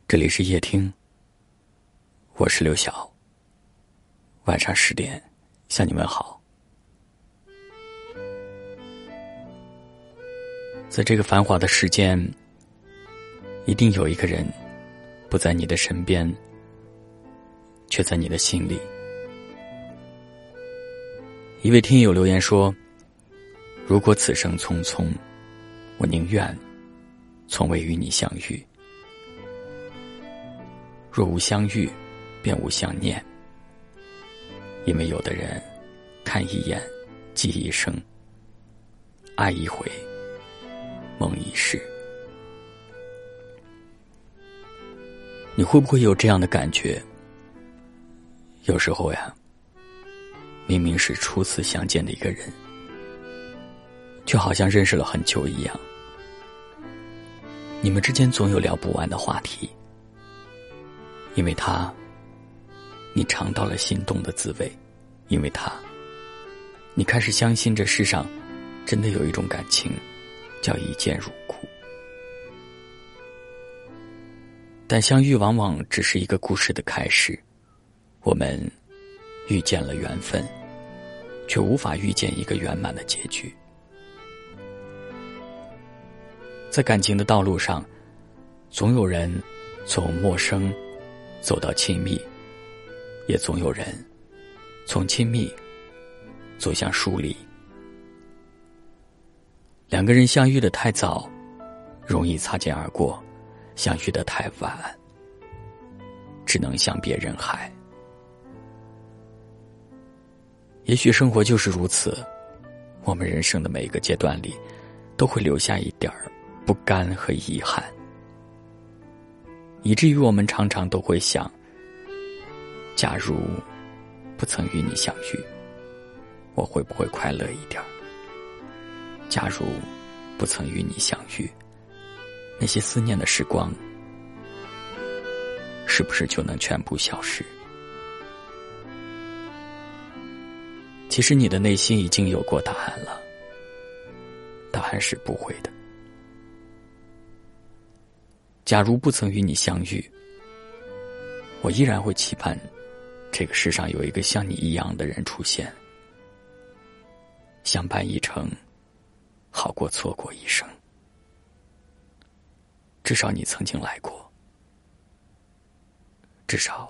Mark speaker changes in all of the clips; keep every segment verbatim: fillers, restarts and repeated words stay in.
Speaker 1: 这里是夜听，我是刘晓。晚上十点向你们好。在这个繁华的世间，一定有一个人不在你的身边，却在你的心里。一位听友留言说，如果此生匆匆，我宁愿从未与你相遇。若无相遇，便无相念。因为有的人看一眼记一生，爱一回梦一世。你会不会有这样的感觉？有时候呀，明明是初次相见的一个人，却好像认识了很久一样。你们之间总有聊不完的话题，因为他，你尝到了心动的滋味；因为他，你开始相信这世上真的有一种感情叫一见如故。但相遇往往只是一个故事的开始，我们遇见了缘分，却无法遇见一个圆满的结局。在感情的道路上，总有人从陌生走到亲密，也总有人从亲密走向疏离。两个人相遇的太早，容易擦肩而过；相遇的太晚，只能相别人海。也许生活就是如此，我们人生的每一个阶段里，都会留下一点儿不甘和遗憾，以至于我们常常都会想，假如不曾与你相遇，我会不会快乐一点？假如不曾与你相遇，那些思念的时光是不是就能全部消失？其实你的内心已经有过答案了，答案是不会的。假如不曾与你相遇，我依然会期盼这个世上有一个像你一样的人出现，相伴一程，好过错过一生。至少你曾经来过，至少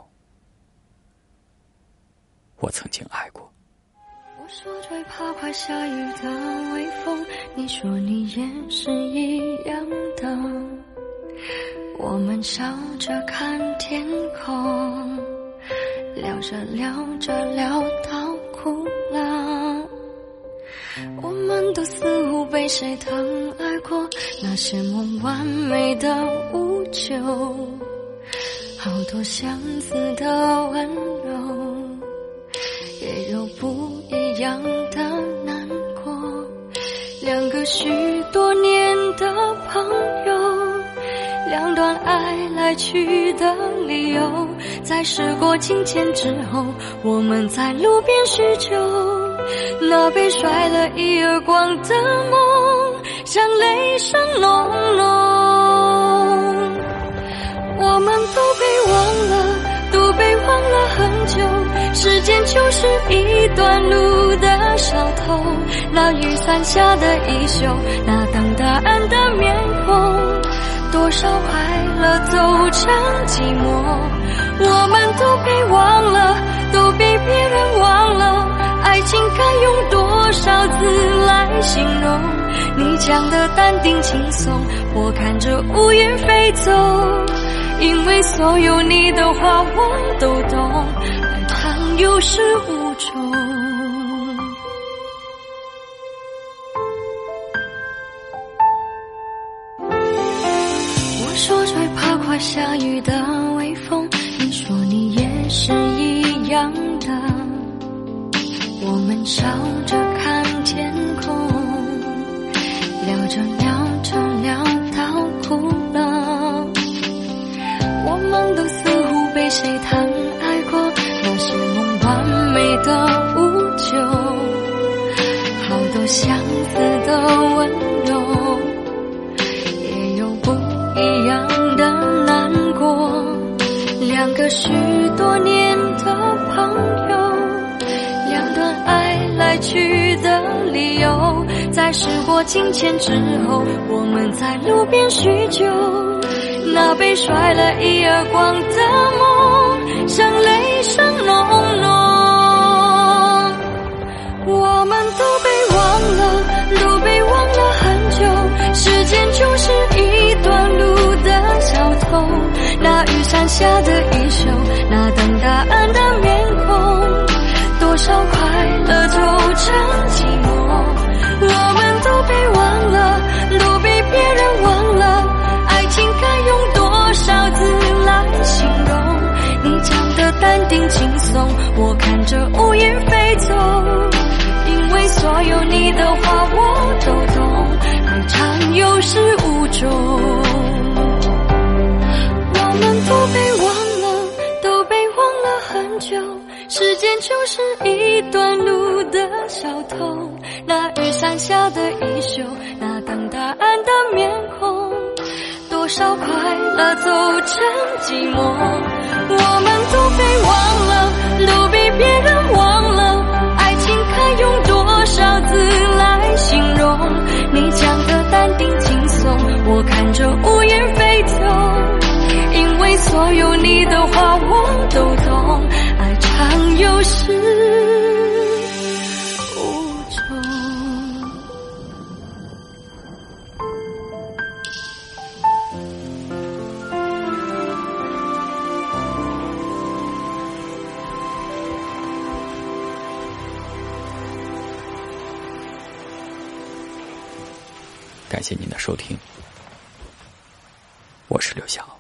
Speaker 1: 我曾经爱过。
Speaker 2: 我说最怕快下雨的微风，你说你也是一样的。我们笑着看天空，聊着聊着聊到哭了。我们都似乎被谁疼爱过，那些梦完美的无救，好多相似的温柔，也有不一样的难过。两个许多年的朋友，两段爱来去的理由，在时过境迁之后，我们在路边叙旧。那被甩了一耳光的梦，像雷声隆隆。我们都被忘了，都被忘了很久。时间就是一段路的小偷，那雨伞下的衣袖，那等答案的面孔，多少快乐走成寂寞。我们都被忘了，都被别人忘了，爱情该用多少字来形容？你讲的淡定轻松，我看着乌云飞走。因为所有你的话我都懂，爱常有始无终。我说最怕快下雨的微风，你说你也是一样的。我们笑着看天空，聊着聊着聊到哭了。我们都似乎被谁疼爱过，那些梦完美的无救，好多相似的温柔，也有不一样的难过。 两个许多年的朋友，两段爱来去的理由，在时过境迁之后，我们在路边叙旧，那被甩了一耳光的梦，像雷声隆隆。我们都被忘了，都被忘了很久，时间就是一段路的小偷，那雨伞下的衣袖，那等答案的面孔，多少快乐凑成寂寞。我们都被忘了，都被别人忘了，爱情该用多少字来形容？你讲的淡定轻松，我看着乌云飞走，因为所有你的话我都懂，爱常有始无终。我们都被忘了，都被忘了很久，时间就是一段路的小偷，那雨伞下的衣袖，那等答案的面孔，多少快乐走成寂寞。我们都被忘了，都被别人忘了，爱情该用多少字来形容？你讲的淡定轻松，我看着乌云飞走，因为所有你的话我都懂，爱常有始无终。
Speaker 1: 感谢您的收听，我是刘晓。